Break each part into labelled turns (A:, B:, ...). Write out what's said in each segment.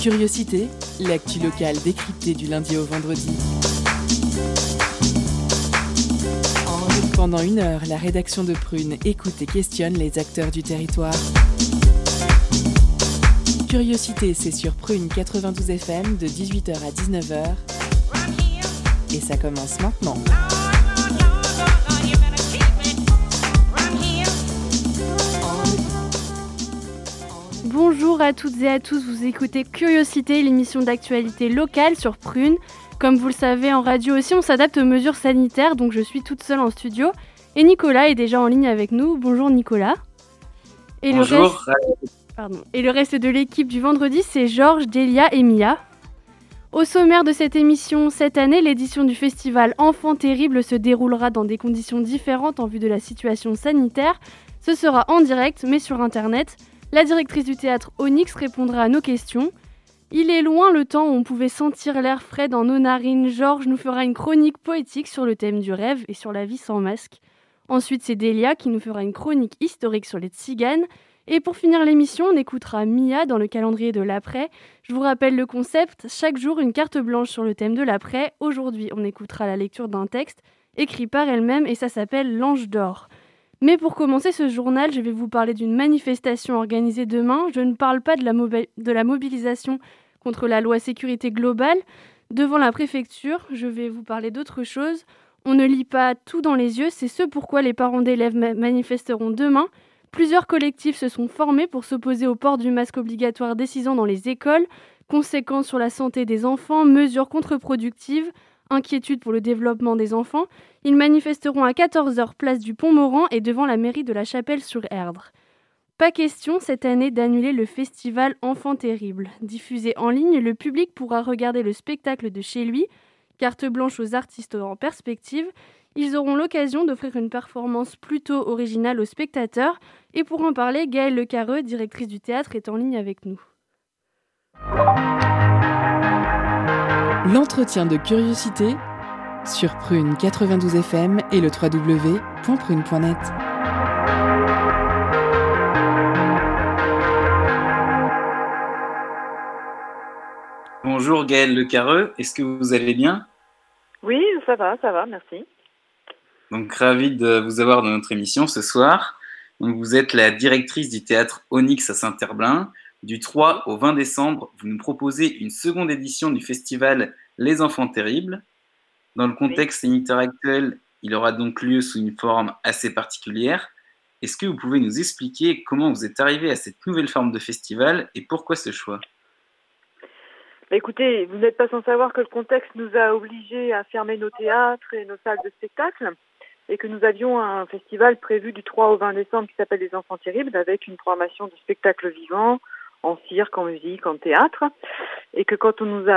A: Curiosité, l'actu locale décryptée du lundi au vendredi. Pendant 1 heure, la rédaction de Prune écoute et questionne les acteurs du territoire. Curiosité, c'est sur Prune 92 FM de 18h à 19h. Et ça commence maintenant.
B: Bonjour à toutes et à tous, vous écoutez Curiosité, l'émission d'actualité locale sur Prune. Comme vous le savez, en radio aussi, on s'adapte aux mesures sanitaires, donc je suis toute seule en studio. Et Nicolas est déjà en ligne avec nous. Bonjour Nicolas.
C: Bonjour.
B: Et le reste de l'équipe du vendredi, c'est Georges, Delia et Mia. Au sommaire de cette émission, cette année, l'édition du festival Enfants Terribles se déroulera dans des conditions différentes en vue de la situation sanitaire. Ce sera en direct, mais sur Internet. La directrice du théâtre Onyx répondra à nos questions. Il est loin le temps où on pouvait sentir l'air frais dans nos narines. Georges nous fera une chronique poétique sur le thème du rêve et sur la vie sans masque. Ensuite, c'est Delia qui nous fera une chronique historique sur les tziganes. Et pour finir l'émission, on écoutera Mia dans le calendrier de l'après. Je vous rappelle le concept, chaque jour une carte blanche sur le thème de l'après. Aujourd'hui, on écoutera la lecture d'un texte écrit par elle-même et ça s'appelle L'Ange d'or. Mais pour commencer ce journal, je vais vous parler d'une manifestation organisée demain. Je ne parle pas de la mobilisation contre la loi sécurité globale devant la préfecture. Je vais vous parler d'autre chose. On ne lit pas tout dans les yeux, c'est ce pourquoi les parents d'élèves manifesteront demain. Plusieurs collectifs se sont formés pour s'opposer au port du masque obligatoire dès 6 ans dans les écoles. Conséquences sur la santé des enfants, mesures contre-productives, inquiétude pour le développement des enfants. Ils manifesteront à 14h place du Pont-Morand et devant la mairie de la Chapelle-sur-Erdre. Pas question cette année d'annuler le festival Enfants Terribles. Diffusé en ligne, le public pourra regarder le spectacle de chez lui. Carte blanche aux artistes en perspective. Ils auront l'occasion d'offrir une performance plutôt originale aux spectateurs. Et pour en parler, Gaëlle Lecareux, directrice du théâtre, est en ligne avec nous.
A: L'entretien de Curiosité sur Prune 92 FM et le www.prune.net.
C: Bonjour Gaëlle Lecareux, est-ce que vous allez bien ?
D: Oui, ça va, merci.
C: Donc ravi de vous avoir dans notre émission ce soir. Donc, vous êtes la directrice du théâtre Onyx à Saint-Herblain. Du 3 au 20 décembre, vous nous proposez une seconde édition du festival Les Enfants Terribles. Dans le contexte sanitaire actuel, il aura donc lieu sous une forme assez particulière. Est-ce que vous pouvez nous expliquer comment vous êtes arrivé à cette nouvelle forme de festival et pourquoi ce choix ?
D: Écoutez, vous n'êtes pas sans savoir que le contexte nous a obligés à fermer nos théâtres et nos salles de spectacle et que nous avions un festival prévu du 3 au 20 décembre qui s'appelle Les Enfants Terribles avec une programmation de spectacles vivants en cirque, en musique, en théâtre, et que quand on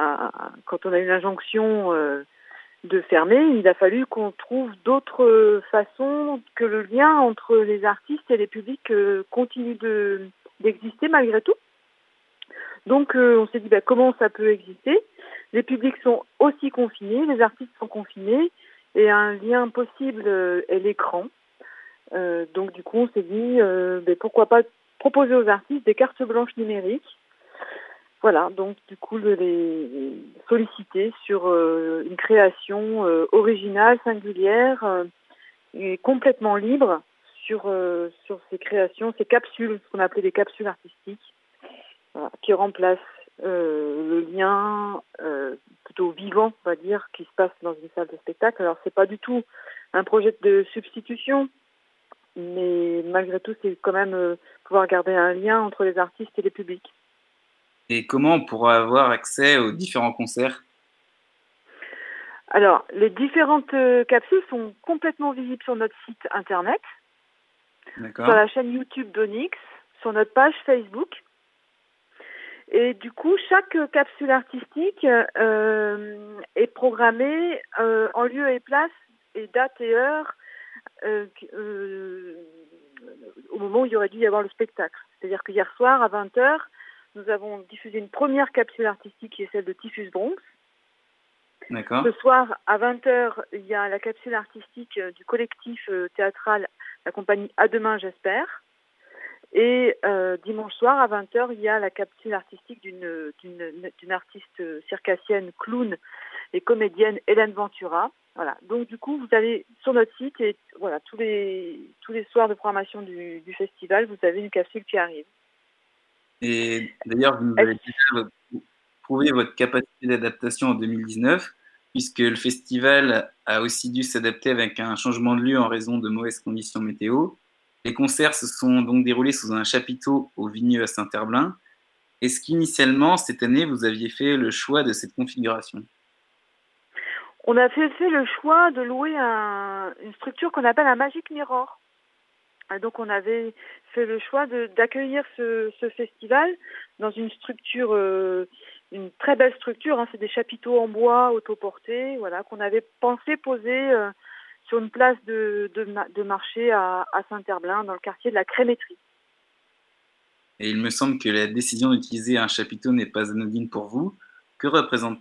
D: a eu l'injonction de fermer, il a fallu qu'on trouve d'autres façons, que le lien entre les artistes et les publics continue d'exister malgré tout. Donc on s'est dit comment ça peut exister. Les publics sont aussi confinés, les artistes sont confinés, et un lien possible est l'écran. Donc du coup on s'est dit pourquoi pas proposer aux artistes des cartes blanches numériques. Voilà, donc du coup les solliciter sur une création originale, singulière et complètement libre sur ces créations, ces capsules, ce qu'on appelait des capsules artistiques, voilà, qui remplacent le lien plutôt vivant, on va dire, qui se passe dans une salle de spectacle. Alors c'est pas du tout un projet de substitution, mais malgré tout, c'est quand même pouvoir garder un lien entre les artistes et les publics.
C: Et comment on pourra avoir accès aux différents concerts ?
D: Alors, les différentes capsules sont complètement visibles sur notre site internet,
C: D'accord.
D: Sur la chaîne YouTube d'Onyx, sur notre page Facebook. Et du coup, chaque capsule artistique est programmée en lieu et place, et date et heure, au moment où il y aurait dû y avoir le spectacle. C'est-à-dire que hier soir, à 20h, nous avons diffusé une première capsule artistique qui est celle de Typhus Bronx.
C: D'accord.
D: Ce soir, à 20h, il y a la capsule artistique du collectif théâtral, la compagnie À Demain, j'espère. Et dimanche soir à 20h, il y a la capsule artistique d'une artiste circassienne, clown et comédienne, Hélène Ventura. Voilà. Donc du coup, vous allez sur notre site et voilà, tous les soirs de programmation du festival, vous avez une capsule qui arrive.
C: Et d'ailleurs, vous nous avez déjà prouvé votre capacité d'adaptation en 2019, puisque le festival a aussi dû s'adapter avec un changement de lieu en raison de mauvaises conditions météo. Les concerts se sont donc déroulés sous un chapiteau au Vigneux à Saint-Herblain. Est-ce qu'initialement, cette année, vous aviez fait le choix de cette configuration ?
D: On a fait le choix de louer une structure qu'on appelle un Magic Mirror. Et donc on avait fait le choix d'accueillir ce festival dans une structure, une très belle structure, c'est des chapiteaux en bois autoportés, voilà, qu'on avait pensé poser sur une place de marché à Saint-Herblain, dans le quartier de la Crémétrie.
C: Et il me semble que la décision d'utiliser un chapiteau n'est pas anodine pour vous. Que représente-t-il ?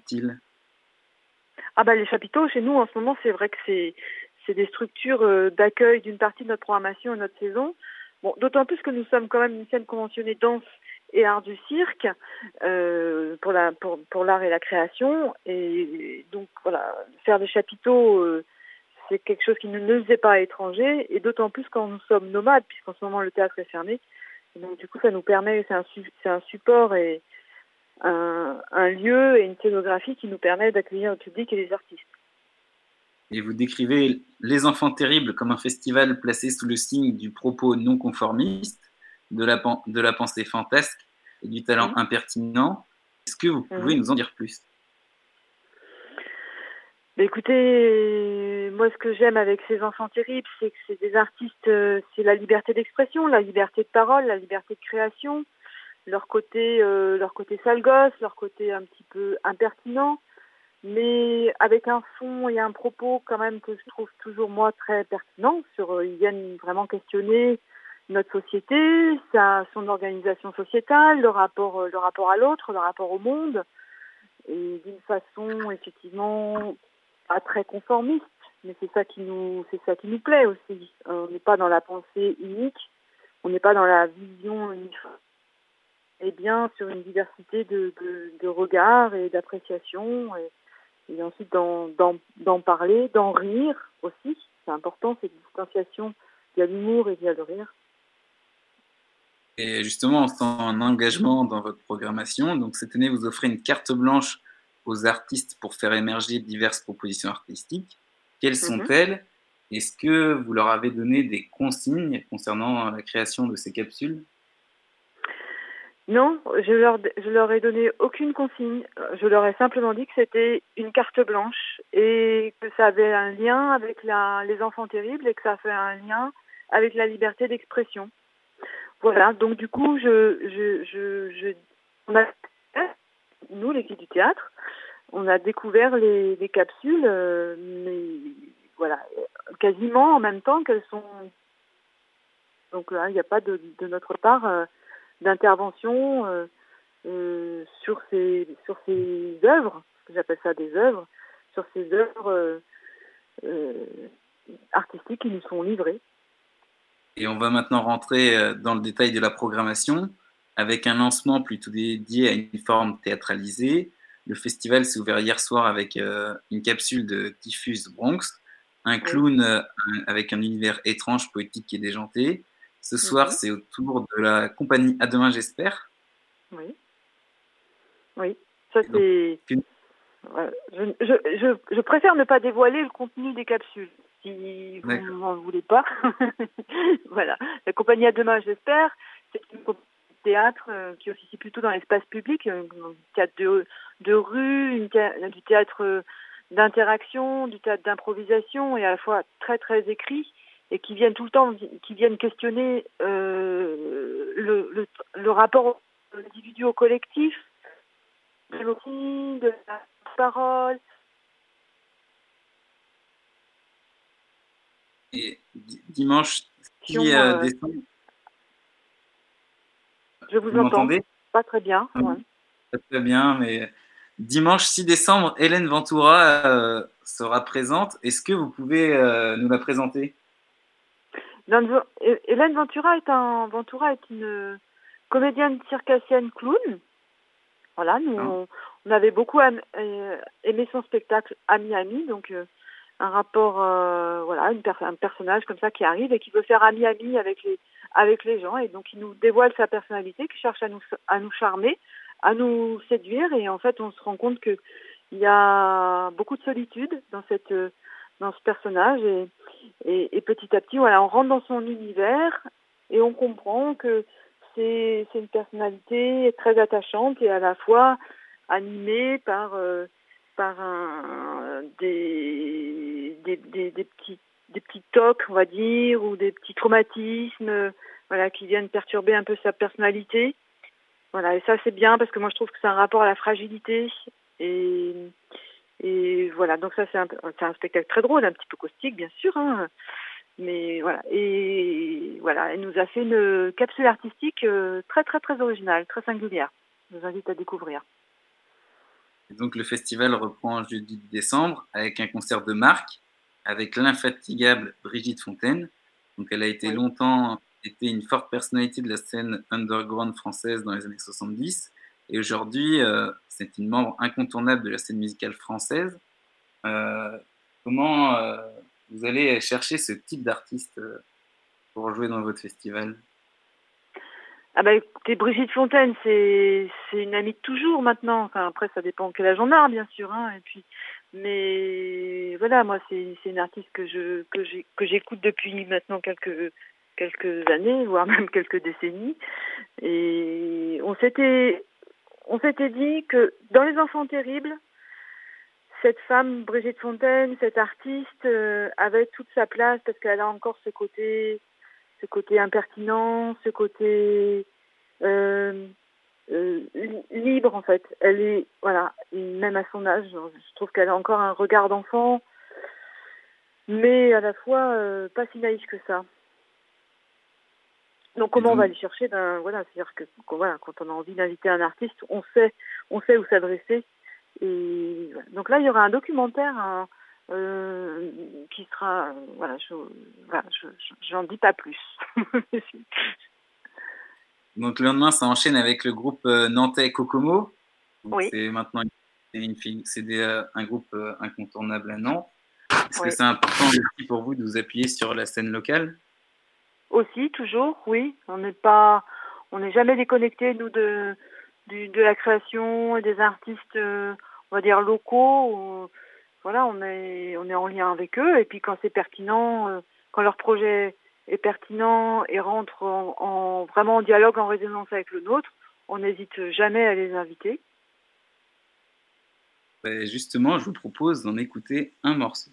D: Les chapiteaux, chez nous, en ce moment, c'est vrai que c'est des structures d'accueil d'une partie de notre programmation et notre saison. Bon, d'autant plus que nous sommes quand même une scène conventionnée danse et art du cirque pour l'art et la création. Et donc, voilà, faire des chapiteaux, c'est quelque chose qui ne nous est pas étranger, et d'autant plus quand nous sommes nomades, puisqu'en ce moment, le théâtre est fermé. Et donc, du coup, ça nous permet, c'est un support et un lieu et une scénographie qui nous permet d'accueillir le public et les artistes.
C: Et vous décrivez Les Enfants Terribles comme un festival placé sous le signe du propos non conformiste, de la pensée fantasque et du talent impertinent. Est-ce que vous pouvez nous en dire plus ?
D: Écoutez, moi ce que j'aime avec ces Enfants Terribles, c'est que c'est des artistes, c'est la liberté d'expression, la liberté de parole, la liberté de création, leur côté sale gosse, leur côté un petit peu impertinent, mais avec un fond et un propos quand même que je trouve toujours moi très pertinent. Ils viennent vraiment questionner notre société, son organisation sociétale, le rapport à l'autre, le rapport au monde, et d'une façon effectivement pas très conformiste, mais c'est ça qui nous plaît aussi. On n'est pas dans la pensée unique, on n'est pas dans la vision uniforme. Et bien sur une diversité de regards et d'appréciation, et ensuite d'en parler, d'en rire aussi. C'est important, cette distanciation via l'humour et via le rire.
C: Et justement, on sent un engagement dans votre programmation. Donc cette année, vous offrez une carte blanche aux artistes pour faire émerger diverses propositions artistiques. Quelles sont-elles ? Est-ce que vous leur avez donné des consignes concernant la création de ces capsules ?
D: Non, je leur ai donné aucune consigne. Je leur ai simplement dit que c'était une carte blanche et que ça avait un lien avec les Enfants Terribles et que ça fait un lien avec la liberté d'expression. Voilà, donc du coup, nous, l'équipe du théâtre, on a découvert les capsules, mais voilà, quasiment en même temps qu'elles sont. Donc là, il n'y a pas de notre part d'intervention sur ces œuvres, j'appelle ça des œuvres, sur ces œuvres artistiques qui nous sont livrées.
C: Et on va maintenant rentrer dans le détail de la programmation avec un lancement plutôt dédié à une forme théâtralisée. Le festival s'est ouvert hier soir avec une capsule de Diffuse Bronx, un clown avec un univers étrange, poétique et déjanté. Ce soir, c'est au tour de la compagnie À Demain, j'espère.
D: Oui, ça c'est. Je préfère ne pas dévoiler le contenu des capsules, si vous n'en voulez pas. Voilà, la compagnie À Demain, j'espère, c'est une compagnie de théâtre qui officie plutôt dans l'espace public, du théâtre de rue, du théâtre d'interaction, du théâtre d'improvisation, et à la fois très très écrit, et qui viennent tout le temps, qui viennent questionner le rapport de l'individu au collectif, de la parole.
C: Et dimanche 6 décembre.
D: Je vous entends pas très bien.
C: Pas très bien, mais dimanche 6 décembre, Hélène Ventura sera présente. Est-ce que vous pouvez nous la présenter ?
D: Hélène Ventura est une comédienne circassienne clown. Voilà, nous on avait beaucoup aimé son spectacle Ami Ami, donc un rapport, un personnage comme ça qui arrive et qui veut faire ami avec les gens, et donc il nous dévoile sa personnalité, qui cherche à nous charmer, à nous séduire, et en fait on se rend compte que il y a beaucoup de solitude dans ce personnage, et petit à petit, voilà, on rentre dans son univers et on comprend que c'est une personnalité très attachante et à la fois animée par des petits tocs, on va dire, ou des petits traumatismes, voilà, qui viennent perturber un peu sa personnalité. Voilà, et ça c'est bien parce que moi je trouve que c'est un rapport à la fragilité, et voilà, donc ça c'est un spectacle très drôle, un petit peu caustique bien sûr, hein, mais voilà, et voilà, elle nous a fait une capsule artistique très très très originale, très singulière. Je vous invite à découvrir.
C: Et donc le festival reprend jeudi 10 décembre avec un concert de marque avec l'infatigable Brigitte Fontaine. Donc elle a été longtemps une forte personnalité de la scène underground française dans les années 70. Et aujourd'hui, c'est une membre incontournable de la scène musicale française. Comment vous allez chercher ce type d'artiste pour jouer dans votre festival ?
D: Ah bah écoutez, Brigitte Fontaine, c'est une amie de toujours maintenant. Enfin, après, ça dépend quel âge on a, bien sûr. Hein, et puis, mais voilà, moi, c'est une artiste que j'écoute depuis maintenant quelques années, voire même quelques décennies. Et on s'était dit que dans Les Enfants Terribles, cette femme, Brigitte Fontaine, cette artiste, avait toute sa place parce qu'elle a encore ce côté impertinent, ce côté libre en fait. Elle est, voilà, même à son âge, je trouve qu'elle a encore un regard d'enfant, mais à la fois pas si naïf que ça. Donc comment on va aller chercher ? Voilà, c'est-à-dire que voilà, quand on a envie d'inviter un artiste, on sait où s'adresser. Et voilà. Donc là, il y aura un documentaire qui sera, j'en dis pas plus.
C: Donc le lendemain, ça enchaîne avec le groupe nantais Kokomo. Donc,
D: oui.
C: C'est maintenant un groupe incontournable à Nantes. Est-ce que c'est important aussi pour vous de vous appuyer sur la scène locale ?
D: Aussi, toujours, oui. On n'est jamais déconnecté, nous, de la création et des artistes, on va dire, locaux. Voilà, on est en lien avec eux. Et puis quand c'est pertinent, quand leur projet est pertinent et rentre vraiment en dialogue, en résonance avec le nôtre, on n'hésite jamais à les inviter.
C: Justement, je vous propose d'en écouter un morceau.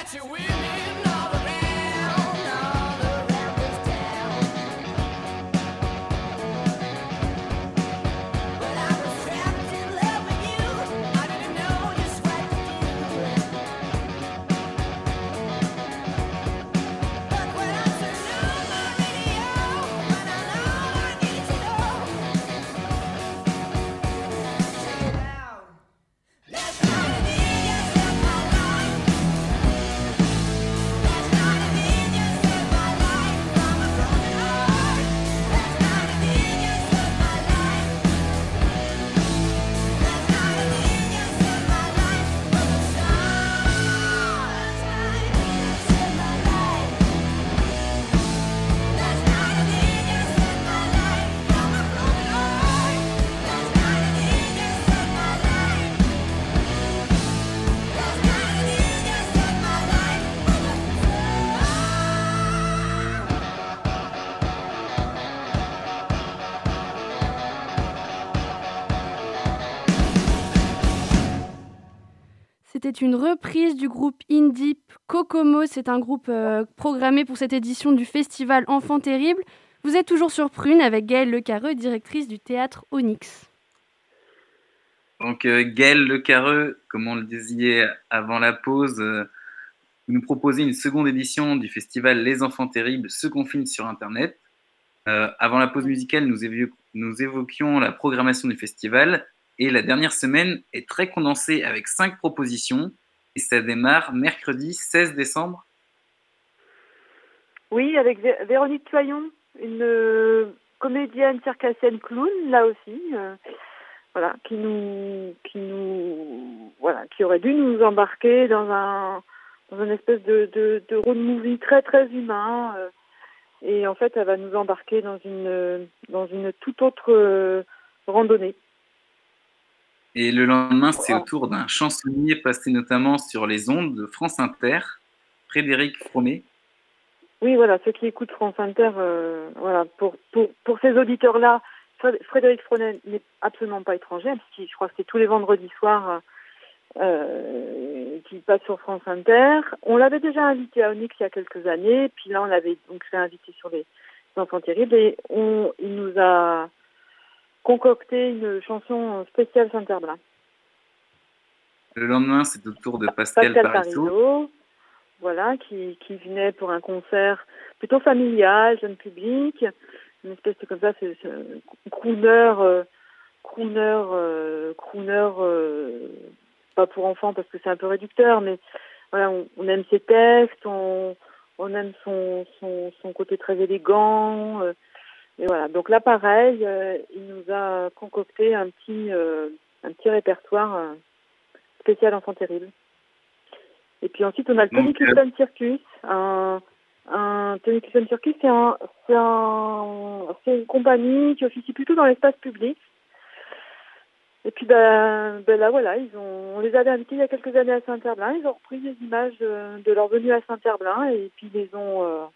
B: C'était une reprise du groupe indie Kokomo. C'est un groupe programmé pour cette édition du festival Enfants Terribles. Vous êtes toujours sur Prune avec Gaëlle Lecarreux, directrice du théâtre Onyx.
C: Donc Gaëlle Lecarreux, comme on le disait avant la pause, vous nous proposez une seconde édition du festival Les Enfants Terribles se confinent sur Internet. Avant la pause musicale, nous évoquions la programmation du festival. Et la dernière semaine est très condensée avec 5 propositions. Et ça démarre mercredi 16 décembre.
D: Oui, avec Véronique Toyon, une comédienne circassienne clown, là aussi, qui aurait dû nous embarquer dans une espèce de road movie très très humain. Et en fait, elle va nous embarquer dans une toute autre randonnée.
C: Et le lendemain, c'est au tour d'un chansonnier passé notamment sur les ondes de France Inter, Frédéric Fromet.
D: Oui, voilà, ceux qui écoutent France Inter, pour ces auditeurs-là, Frédéric Fromet n'est absolument pas étranger, parce que je crois que c'est tous les vendredis soirs qu'il passe sur France Inter. On l'avait déjà invité à Onyx il y a quelques années, puis là on l'avait donc réinvité sur les Enfants Terribles, et il nous a concocté une chanson spéciale Saint-Herblain.
C: Le lendemain, c'est au tour de Pascal Parisot.
D: Voilà, qui venait pour un concert plutôt familial, jeune public, une espèce de comme ça, c'est crooner, pas pour enfants parce que c'est un peu réducteur, mais voilà, on aime ses textes, on aime son côté très élégant. Et voilà, donc là pareil, il nous a concocté un petit répertoire spécial Enfants Terribles. Et puis ensuite on a le Tony Clifton Circus. Un Tony Clifton Circus, c'est une compagnie qui officie plutôt dans l'espace public. Et puis là voilà, on les avait invités il y a quelques années à Saint-Herblain. Ils ont repris des images de leur venue à Saint-Herblain et puis les ont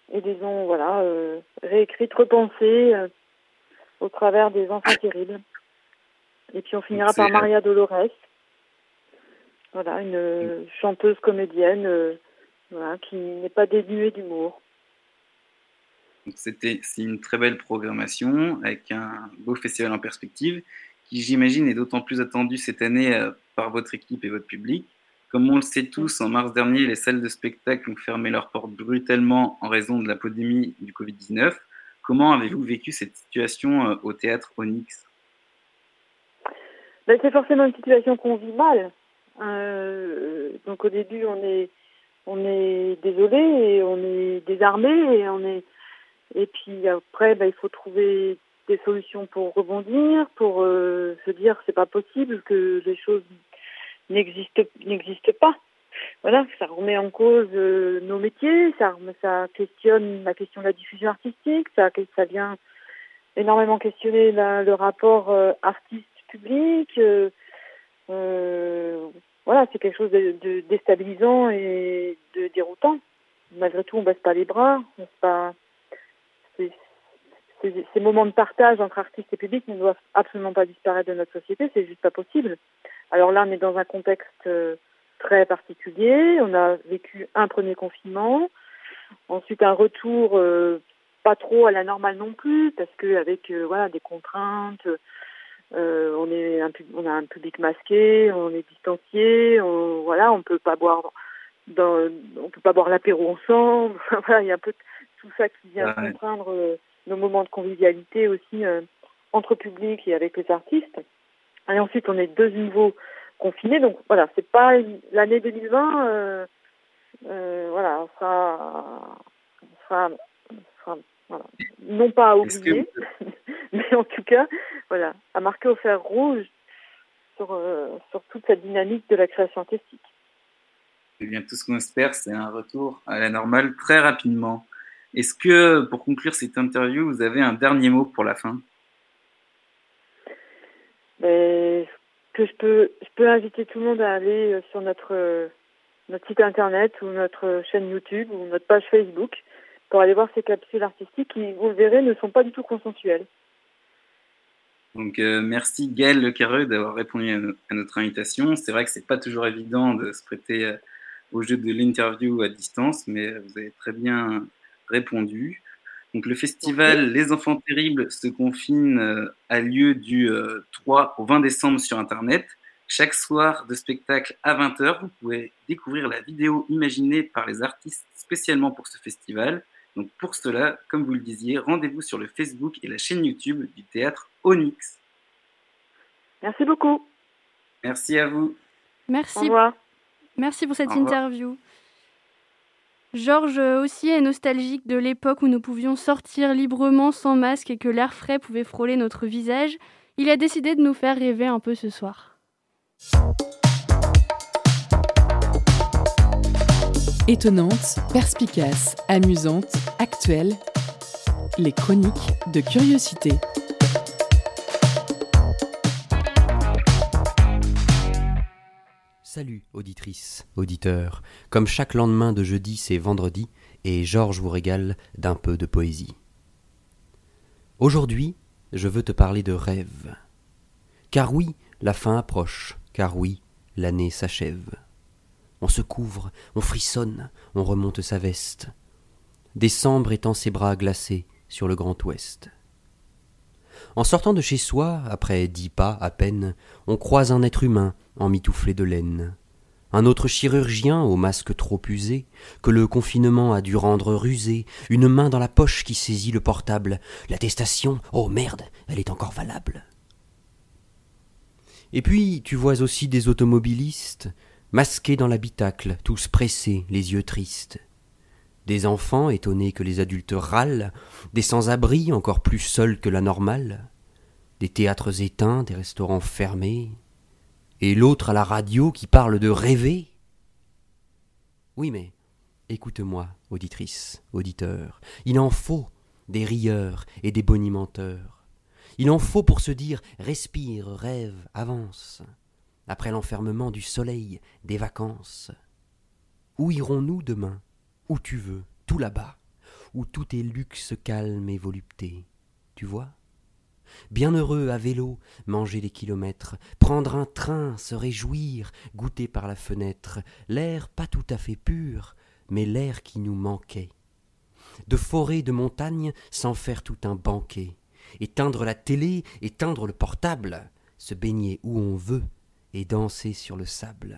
D: réécrites, repensées au travers des Enfants Terribles. Et puis on finira par Maria Dolores, voilà, une chanteuse comédienne qui n'est pas dénuée d'humour.
C: C'est une très belle programmation avec un beau festival en perspective qui, j'imagine, est d'autant plus attendu cette année par votre équipe et votre public. Comme on le sait tous, en mars dernier, les salles de spectacle ont fermé leurs portes brutalement en raison de la pandémie du Covid-19. Comment avez-vous vécu cette situation au théâtre Onyx ?
D: C'est forcément une situation qu'on vit mal. Donc au début, on est désolé et on est désarmé et puis après, il faut trouver des solutions pour rebondir, pour se dire c'est pas possible que les choses n'existent pas. Voilà, ça remet en cause nos métiers, ça questionne la question de la diffusion artistique, ça vient énormément questionner le rapport artiste-public. Voilà, c'est quelque chose de déstabilisant et de déroutant. Malgré tout, on baisse pas les bras, ces moments de partage entre artistes et public ne doivent absolument pas disparaître de notre société, c'est juste pas possible. Alors là, on est dans un contexte très particulier. On a vécu un premier confinement, ensuite un retour pas trop à la normale non plus, parce que avec des contraintes, on a un public masqué, on est distancié, on peut pas boire l'apéro ensemble. Voilà, il y a un peu tout ça qui vient contraindre nos moments de convivialité aussi entre public et avec les artistes. Et ensuite, on est de nouveau confinés. Donc voilà, c'est pas l'année 2020. On sera non pas à oublier, mais en tout cas, voilà, à marquer au fer rouge sur toute cette dynamique de la création artistique.
C: Eh bien, tout ce qu'on espère, c'est un retour à la normale très rapidement. Est-ce que, pour conclure cette interview, vous avez un dernier mot pour la fin ?
D: Je peux inviter tout le monde à aller sur notre site internet ou notre chaîne YouTube ou notre page Facebook pour aller voir ces capsules artistiques qui, vous le verrez, ne sont pas du tout consensuelles.
C: Donc, merci Gaëlle Lequereux d'avoir répondu à notre invitation. C'est vrai que c'est pas toujours évident de se prêter au jeu de l'interview à distance, mais vous avez très bien répondu. Donc, le festival Les Enfants Terribles se confine a lieu du 3 au 20 décembre sur Internet. Chaque soir de spectacle à 20h, vous pouvez découvrir la vidéo imaginée par les artistes spécialement pour ce festival. Donc pour cela, comme vous le disiez, rendez-vous sur le Facebook et la chaîne YouTube du théâtre Onyx.
D: Merci beaucoup.
C: Merci à vous.
B: Merci.
D: Au revoir.
B: Merci pour cette interview. Georges aussi est nostalgique de l'époque où nous pouvions sortir librement sans masque et que l'air frais pouvait frôler notre visage. Il a décidé de nous faire rêver un peu ce soir.
A: Étonnante, perspicace, amusante, actuelle, les chroniques de curiosité.
E: Salut auditrices, auditeurs. Comme chaque lendemain de jeudi, c'est vendredi et Georges vous régale d'un peu de poésie. Aujourd'hui, je veux te parler de rêve. Car oui, la fin approche, car oui, l'année s'achève. On se couvre, on frissonne, on remonte sa veste. Décembre étend ses bras glacés sur le Grand Ouest. En sortant de chez soi, après 10 pas à peine, on croise un être humain emmitouflé de laine. Un autre chirurgien au masque trop usé, que le confinement a dû rendre rusé, une main dans la poche qui saisit le portable. L'attestation, oh merde, elle est encore valable. Et puis tu vois aussi des automobilistes, masqués dans l'habitacle, tous pressés, les yeux tristes. Des enfants étonnés que les adultes râlent, des sans-abri encore plus seuls que la normale, des théâtres éteints, des restaurants fermés, et l'autre à la radio qui parle de rêver. Oui, mais écoute-moi, auditrice, auditeur, il en faut des rieurs et des bonimenteurs. Il en faut pour se dire « respire, rêve, avance », après l'enfermement du soleil, des vacances. Où irons-nous demain ? Où tu veux, tout là-bas, où tout est luxe, calme et volupté. Tu vois ? Bien heureux à vélo, manger des kilomètres, prendre un train, se réjouir, goûter par la fenêtre, l'air pas tout à fait pur, mais l'air qui nous manquait. De forêt, de montagne, s'en faire tout un banquet. Éteindre la télé, éteindre le portable, se baigner où on veut et danser sur le sable.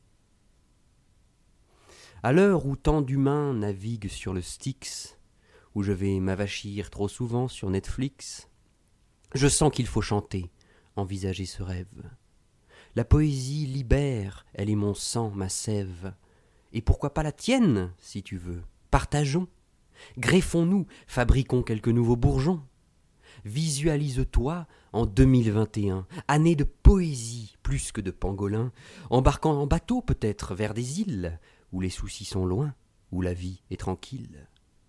E: À l'heure où tant d'humains naviguent sur le Styx, où je vais m'avachir trop souvent sur Netflix, je sens qu'il faut chanter, envisager ce rêve. La poésie libère, elle est mon sang, ma sève. Et pourquoi pas la tienne, si tu veux ? Partageons. Greffons-nous, fabriquons quelques nouveaux bourgeons. Visualise-toi en 2021, année de poésie plus que de pangolin, embarquant en bateau peut-être vers des îles, où les soucis sont loin, où la vie est tranquille.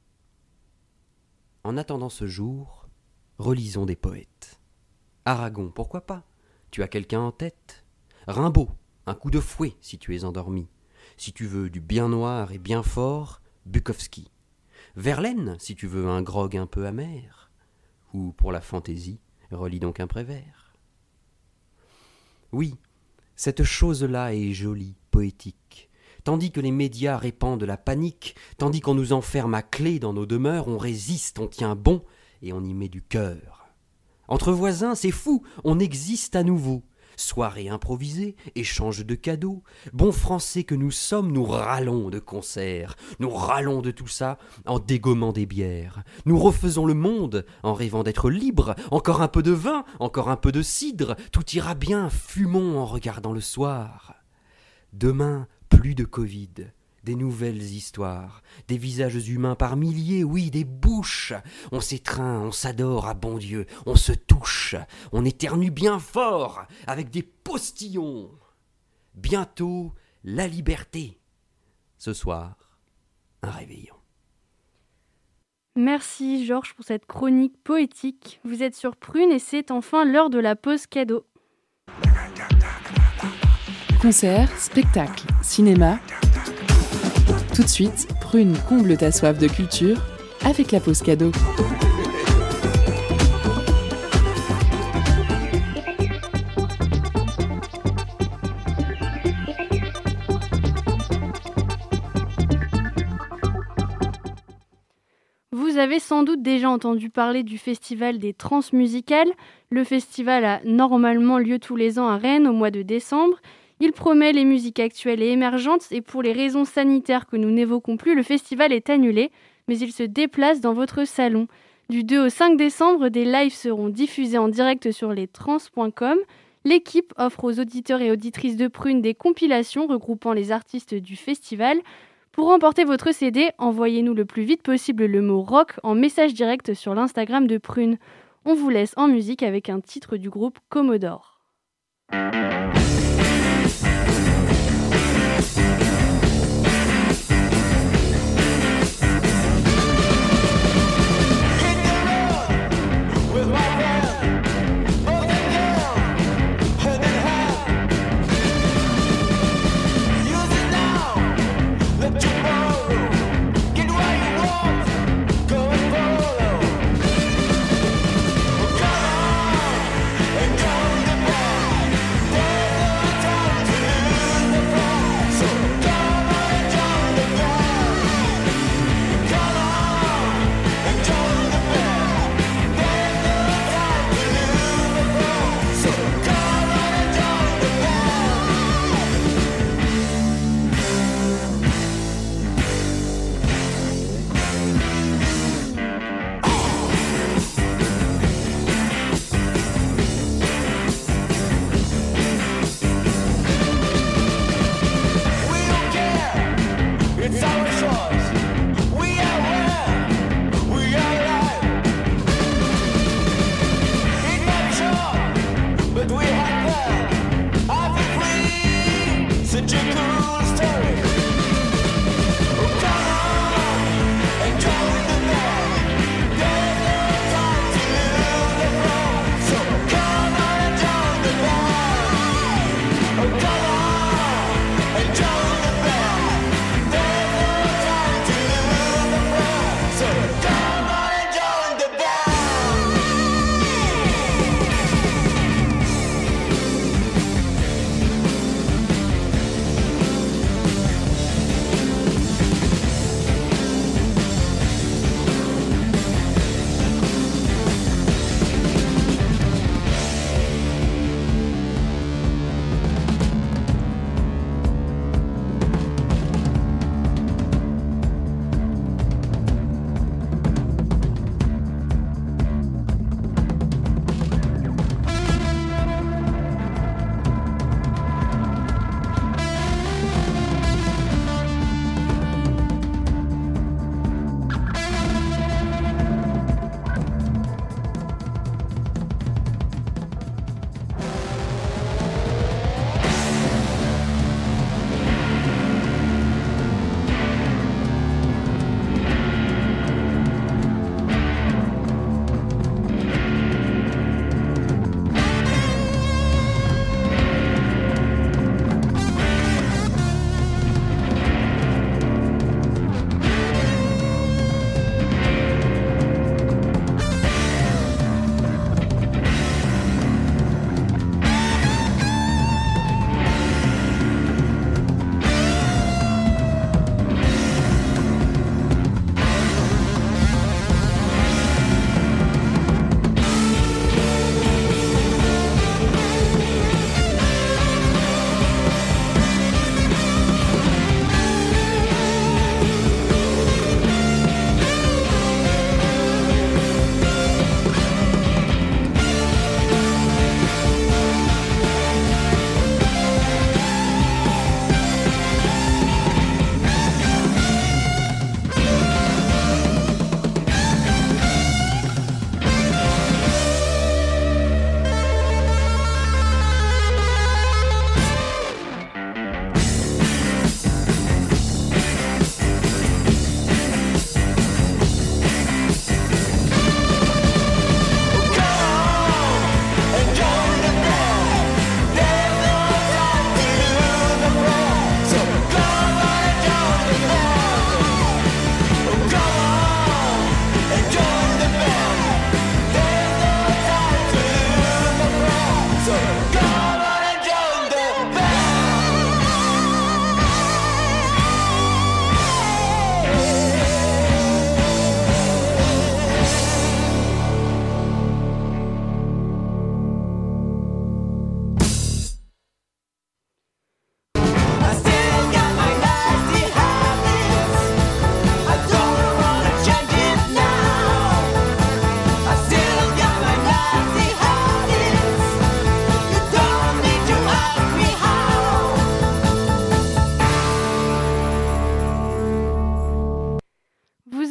E: En attendant ce jour, relisons des poètes. Aragon, pourquoi pas ? Tu as quelqu'un en tête ? Rimbaud, un coup de fouet si tu es endormi. Si tu veux du bien noir et bien fort, Bukowski. Verlaine, si tu veux un grog un peu amer. Ou pour la fantaisie, relis donc un Prévert. Oui, cette chose-là est jolie, poétique. Tandis que les médias répandent la panique, tandis qu'on nous enferme à clé dans nos demeures, on résiste, on tient bon et on y met du cœur. Entre voisins, c'est fou, on existe à nouveau. Soirée improvisée, échange de cadeaux, bons Français que nous sommes, nous râlons de concerts, nous râlons de tout ça en dégommant des bières. Nous refaisons le monde en rêvant d'être libres, encore un peu de vin, encore un peu de cidre, tout ira bien, fumons en regardant le soir. Demain, plus de Covid, des nouvelles histoires, des visages humains par milliers, oui, des bouches. On s'étreint, on s'adore, à bon Dieu, on se touche, on éternue bien fort, avec des postillons. Bientôt, la liberté. Ce soir, un réveillon.
B: Merci Georges pour cette chronique poétique. Vous êtes sur Prune et c'est enfin l'heure de la pause cadeau.
A: Concert, spectacle, cinéma. Tout de suite, Prune comble ta soif de culture avec la pause cadeau.
B: Vous avez sans doute déjà entendu parler du festival des transmusicales. Le festival a normalement lieu tous les ans à Rennes au mois de décembre. Il promet les musiques actuelles et émergentes et pour les raisons sanitaires que nous n'évoquons plus, le festival est annulé, mais il se déplace dans votre salon. Du 2 au 5 décembre, des lives seront diffusés en direct sur lestrans.com. L'équipe offre aux auditeurs et auditrices de Prune des compilations regroupant les artistes du festival. Pour remporter votre CD, envoyez-nous le plus vite possible le mot rock en message direct sur l'Instagram de Prune. On vous laisse en musique avec un titre du groupe Commodore.
F: Come on and go to the bar.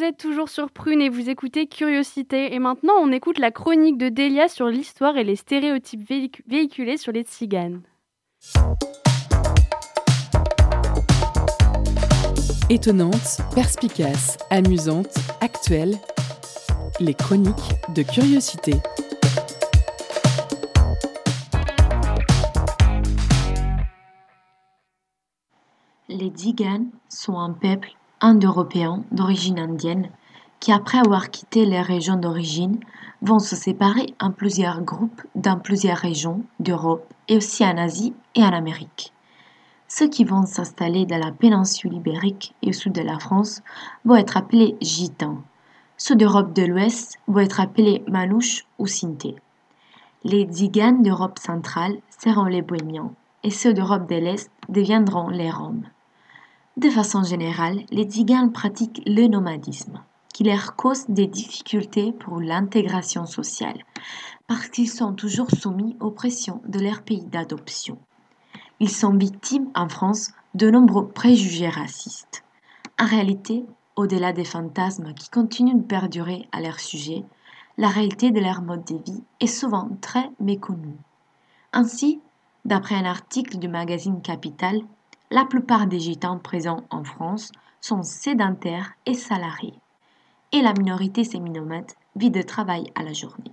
B: êtes toujours sur Prune et vous écoutez Curiosité. Et maintenant, on écoute la chronique de Delia sur l'histoire et les stéréotypes véhiculés sur les tziganes.
A: Étonnante, perspicace, amusante, actuelle, les chroniques de Curiosité.
F: Les Tziganes sont un peuple indo-européen d'origine indienne qui, après avoir quitté les régions d'origine, vont se séparer en plusieurs groupes dans plusieurs régions d'Europe et aussi en Asie et en Amérique. Ceux qui vont s'installer dans la péninsule ibérique et au sud de la France vont être appelés Gitans. Ceux d'Europe de l'Ouest vont être appelés Manouches ou Sintés. Les Tziganes d'Europe centrale seront les Bohémiens et ceux d'Europe de l'Est deviendront les Roms. De façon générale, les Tziganes pratiquent le nomadisme, qui leur cause des difficultés pour l'intégration sociale, parce qu'ils sont toujours soumis aux pressions de leur pays d'adoption. Ils sont victimes en France de nombreux préjugés racistes. En réalité, au-delà des fantasmes qui continuent de perdurer à leur sujet, la réalité de leur mode de vie est souvent très méconnue. Ainsi, d'après un article du magazine Capital, la plupart des Gitans présents en France sont sédentaires et salariés, et la minorité séminomade vit de travail à la journée.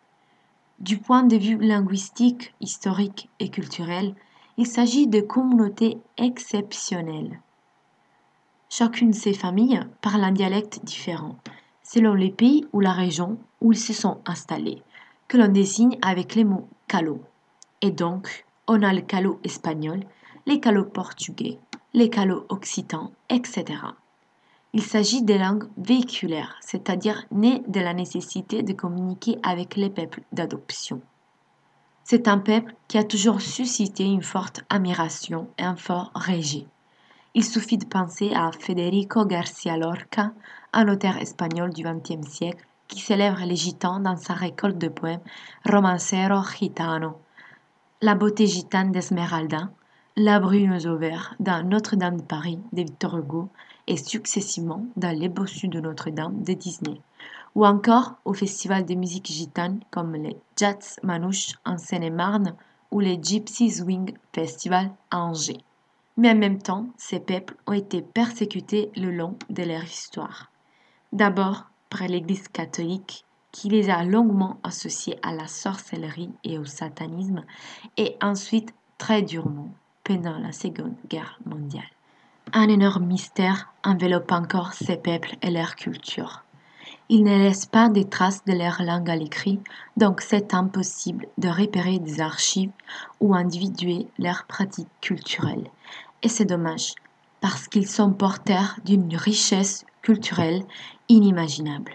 F: Du point de vue linguistique, historique et culturel, il s'agit de communautés exceptionnelles. Chacune de ces familles parle un dialecte différent, selon les pays ou la région où ils se sont installés, que l'on désigne avec les mots calo. Et donc, on a le calo espagnol, les calos portugais, les calos occitans, etc. Il s'agit de langues véhiculaires, c'est-à-dire nées de la nécessité de communiquer avec les peuples d'adoption. C'est un peuple qui a toujours suscité une forte admiration et un fort rejet. Il suffit de penser à Federico García Lorca, un auteur espagnol du XXe siècle, qui célèbre les Gitans dans sa récolte de poèmes Romancero Gitano, la beauté gitane d'Esmeralda, la bruneuse au vert dans Notre-Dame de Paris de Victor Hugo et successivement dans Les Bossus de Notre-Dame de Disney, ou encore au festival de musique gitane comme les Jazz Manouches en Seine-et-Marne ou les Gypsy Swing Festival à Angers. Mais en même temps, ces peuples ont été persécutés le long de leur histoire. D'abord par l'Église catholique qui les a longuement associés à la sorcellerie et au satanisme, et ensuite très durement pendant la Seconde Guerre mondiale. Un énorme mystère enveloppe encore ces peuples et leur culture. Ils ne laissent pas de traces de leur langue à l'écrit, donc c'est impossible de repérer des archives ou individuer leurs pratiques culturelles. Et c'est dommage, parce qu'ils sont porteurs d'une richesse culturelle inimaginable.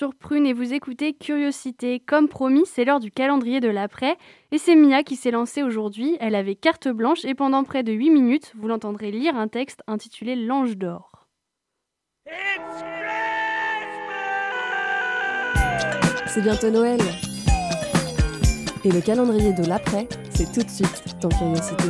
B: sur Prune et vous écoutez Curiosité. Comme promis, c'est l'heure du calendrier de l'après et c'est Mia qui s'est lancée aujourd'hui. Elle avait carte blanche et pendant près de 8 minutes, vous l'entendrez lire un texte intitulé L'Ange d'or.
G: C'est bientôt Noël. Et le calendrier de l'après, c'est tout de suite dans Curiosité.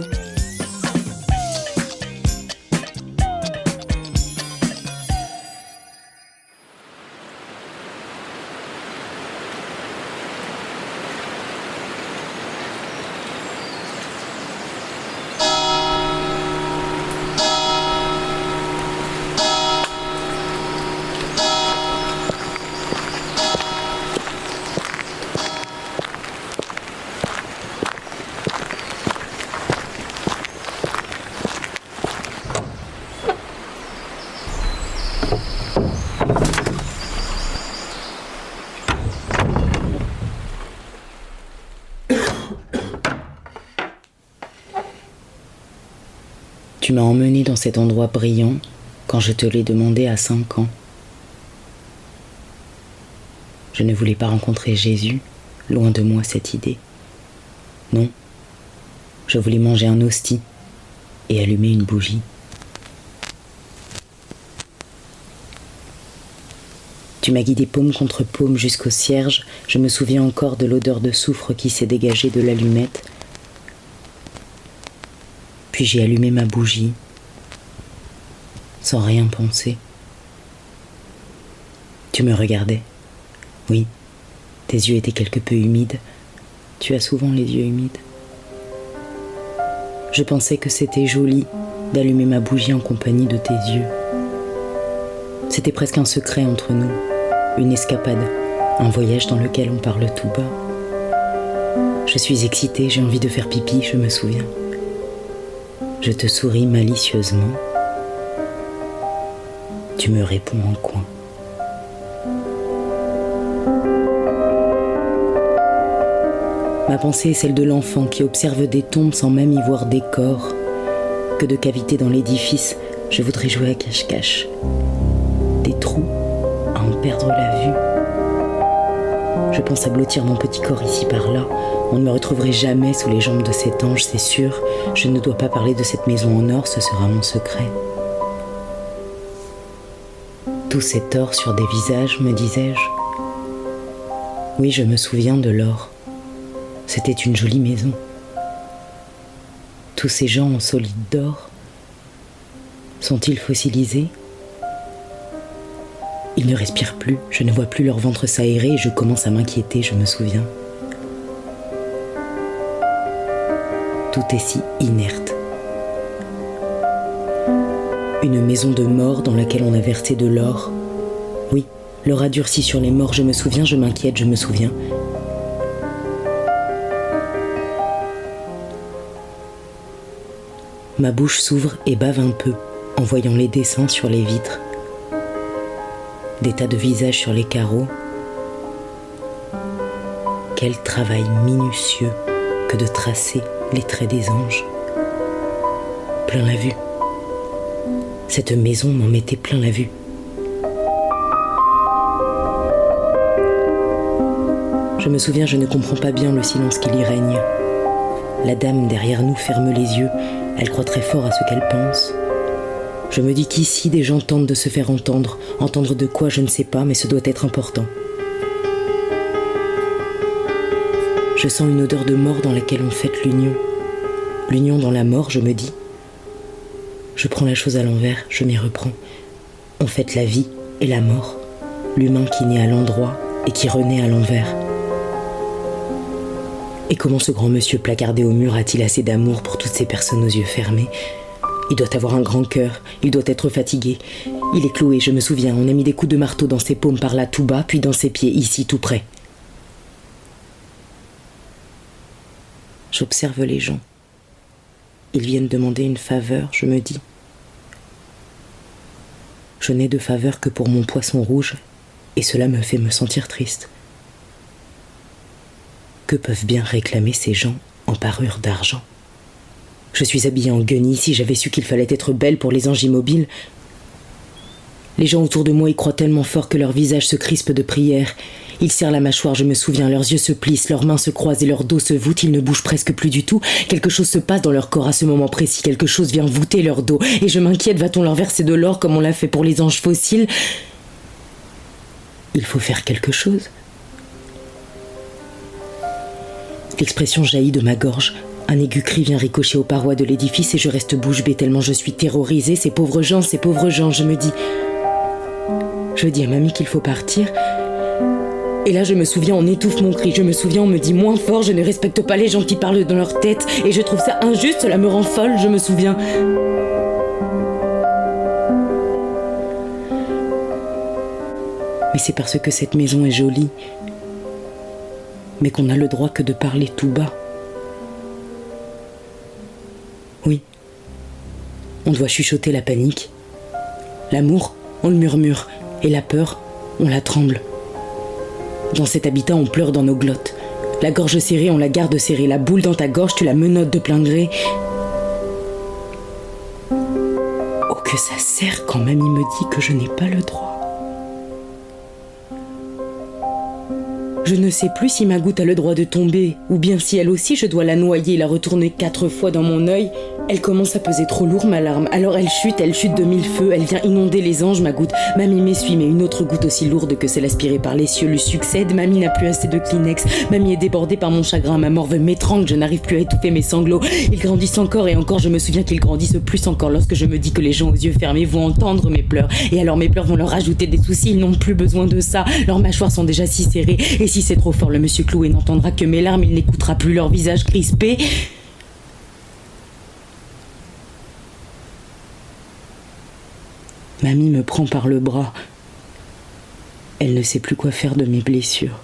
H: Tu m'as emmené dans cet endroit brillant quand je te l'ai demandé à 5 ans. Je ne voulais pas rencontrer Jésus, loin de moi cette idée. Non, je voulais manger un hostie et allumer une bougie. Tu m'as guidé paume contre paume jusqu'au cierge. Je me souviens encore de l'odeur de soufre qui s'est dégagée de l'allumette. Puis j'ai allumé ma bougie, sans rien penser. Tu me regardais. Oui, tes yeux étaient quelque peu humides. Tu as souvent les yeux humides. Je pensais que c'était joli d'allumer ma bougie en compagnie de tes yeux. C'était presque un secret entre nous, une escapade, un voyage dans lequel on parle tout bas. Je suis excitée, j'ai envie de faire pipi, je me souviens. Je te souris malicieusement. Tu me réponds en coin. Ma pensée est celle de l'enfant qui observe des tombes sans même y voir des corps. Que de cavités dans l'édifice, je voudrais jouer à cache-cache. Des trous à en perdre la vue. Je pense à blottir mon petit corps ici par là. On ne me retrouverait jamais sous les jambes de cet ange, c'est sûr. Je ne dois pas parler de cette maison en or, ce sera mon secret. Tout cet or sur des visages, me disais-je. Oui, je me souviens de l'or. C'était une jolie maison. Tous ces gens en solide d'or, sont-ils fossilisés ? Ils ne respirent plus, je ne vois plus leur ventre s'aérer et je commence à m'inquiéter, je me souviens. Tout est si inerte. Une maison de mort dans laquelle on a versé de l'or. Oui, l'or a durci sur les morts, je me souviens, je m'inquiète, je me souviens. Ma bouche s'ouvre et bave un peu en voyant les dessins sur les vitres. Des tas de visages sur les carreaux. Quel travail minutieux que de tracer les traits des anges. Plein la vue. Cette maison m'en mettait plein la vue. Je me souviens, je ne comprends pas bien le silence qui y règne. La dame derrière nous ferme les yeux. Elle croit très fort à ce qu'elle pense. Je me dis qu'ici, des gens tentent de se faire entendre. Entendre de quoi, je ne sais pas, mais ce doit être important. Je sens une odeur de mort dans laquelle on fête l'union. L'union dans la mort, je me dis. Je prends la chose à l'envers, je m'y reprends. On fête la vie et la mort. L'humain qui naît à l'endroit et qui renaît à l'envers. Et comment ce grand monsieur placardé au mur a-t-il assez d'amour pour toutes ces personnes aux yeux fermés ? Il doit avoir un grand cœur, il doit être fatigué. Il est cloué, je me souviens, on a mis des coups de marteau dans ses paumes par là tout bas, puis dans ses pieds, ici tout près. J'observe les gens. Ils viennent demander une faveur, je me dis. Je n'ai de faveur que pour mon poisson rouge, et cela me fait me sentir triste. Que peuvent bien réclamer ces gens en parure d'argent ? Je suis habillée en guenille, si j'avais su qu'il fallait être belle pour les anges immobiles. Les gens autour de moi y croient tellement fort que leur visage se crispe de prière. Ils serrent la mâchoire, je me souviens, leurs yeux se plissent, leurs mains se croisent et leur dos se voûte, ils ne bougent presque plus du tout. Quelque chose se passe dans leur corps à ce moment précis, quelque chose vient voûter leur dos. Et je m'inquiète, va-t-on leur verser de l'or comme on l'a fait pour les anges fossiles ? Il faut faire quelque chose. L'expression jaillit de ma gorge. Un aigu cri vient ricocher aux parois de l'édifice et je reste bouche bée tellement je suis terrorisée. Ces pauvres gens, je me dis... Je dis à mamie qu'il faut partir. Et là, je me souviens, on étouffe mon cri. Je me souviens, on me dit moins fort, je ne respecte pas les gens qui parlent dans leur tête. Et je trouve ça injuste, cela me rend folle, je me souviens. Mais c'est parce que cette maison est jolie. Mais qu'on n'a le droit que de parler tout bas. Oui. On doit chuchoter la panique. L'amour, on le murmure. Et la peur, on la tremble. Dans cet habitat, on pleure dans nos glottes. La gorge serrée, on la garde serrée. La boule dans ta gorge, tu la menottes de plein gré. Oh, que ça sert quand mamie me dit que je n'ai pas le droit. Je ne sais plus si ma goutte a le droit de tomber, ou bien si elle aussi je dois la noyer, la retourner 4 fois dans mon œil. Elle commence à peser trop lourd, ma larme. Alors elle chute de 1000 feux, elle vient inonder les anges, ma goutte. Mamie m'essuie, mais une autre goutte aussi lourde que celle aspirée par les cieux lui succède. Mamie n'a plus assez de Kleenex. Mamie est débordée par mon chagrin, ma mort veut m'étreindre, je n'arrive plus à étouffer mes sanglots. Ils grandissent encore et encore, je me souviens qu'ils grandissent plus encore lorsque je me dis que les gens aux yeux fermés vont entendre mes pleurs. Et alors mes pleurs vont leur ajouter des soucis, ils n'ont plus besoin de ça. Leurs mâchoires sont déjà si serrées, et si c'est trop fort, le monsieur Cloué n'entendra que mes larmes, il n'écoutera plus leur visage crispé. Mamie me prend par le bras. Elle ne sait plus quoi faire de mes blessures.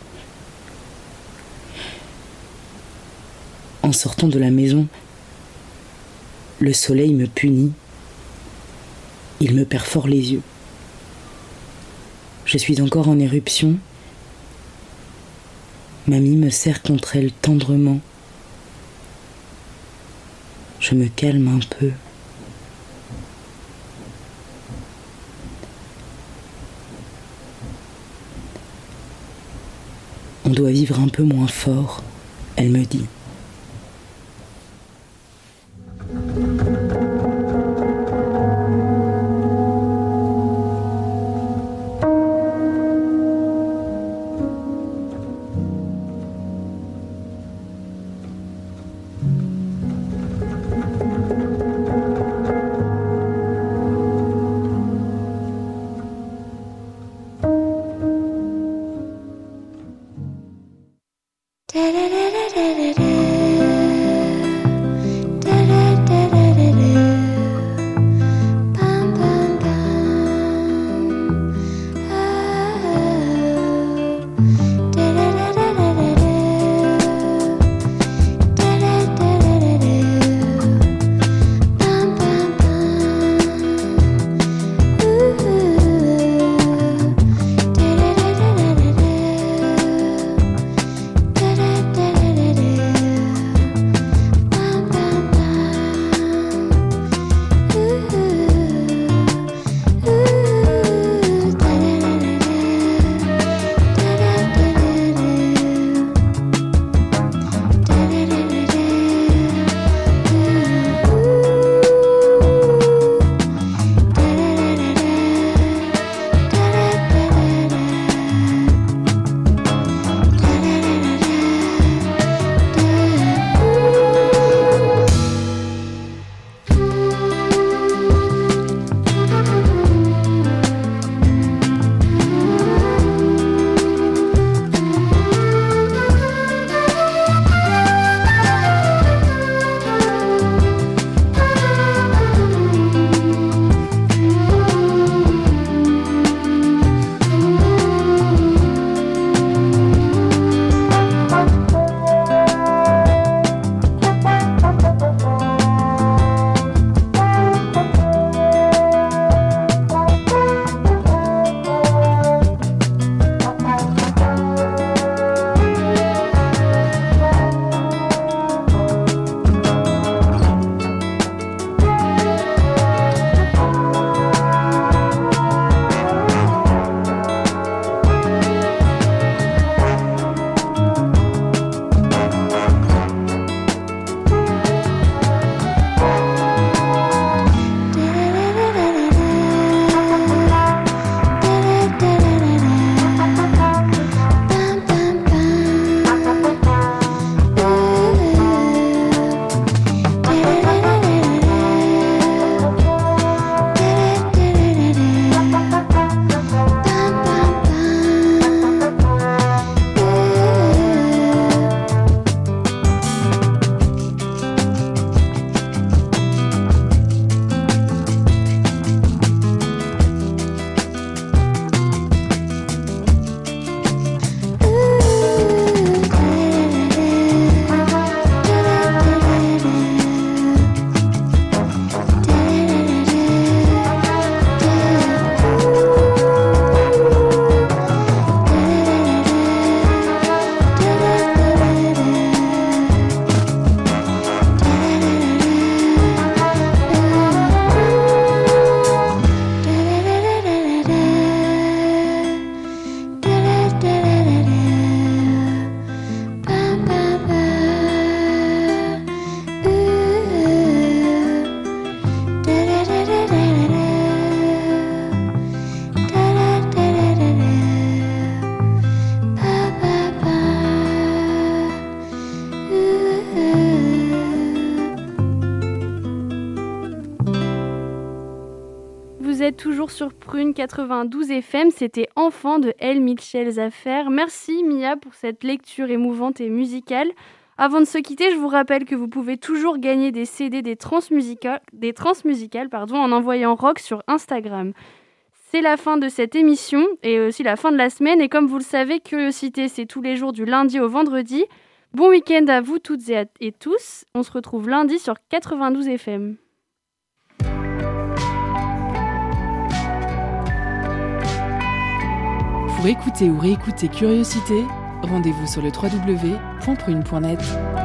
H: En sortant de la maison, le soleil me punit. Il me perfore les yeux. Je suis encore en éruption. Mamie me serre contre elle tendrement. Je me calme un peu. On doit vivre un peu moins fort, elle me dit.
I: Da da da da da da.
B: vous êtes toujours sur Prune 92 FM, c'était Enfant de L. Michel Zaffer. Merci Mia pour cette lecture émouvante et musicale. Avant de se quitter, je vous rappelle que vous pouvez toujours gagner des CD des transmusicales en envoyant rock sur Instagram. C'est la fin de cette émission et aussi la fin de la semaine. Et comme vous le savez, Curiosité, c'est tous les jours du lundi au vendredi. Bon week-end à vous toutes et tous. On se retrouve lundi sur 92 FM.
A: Pour écouter ou réécouter Curiosité, rendez-vous sur le www.prune.net.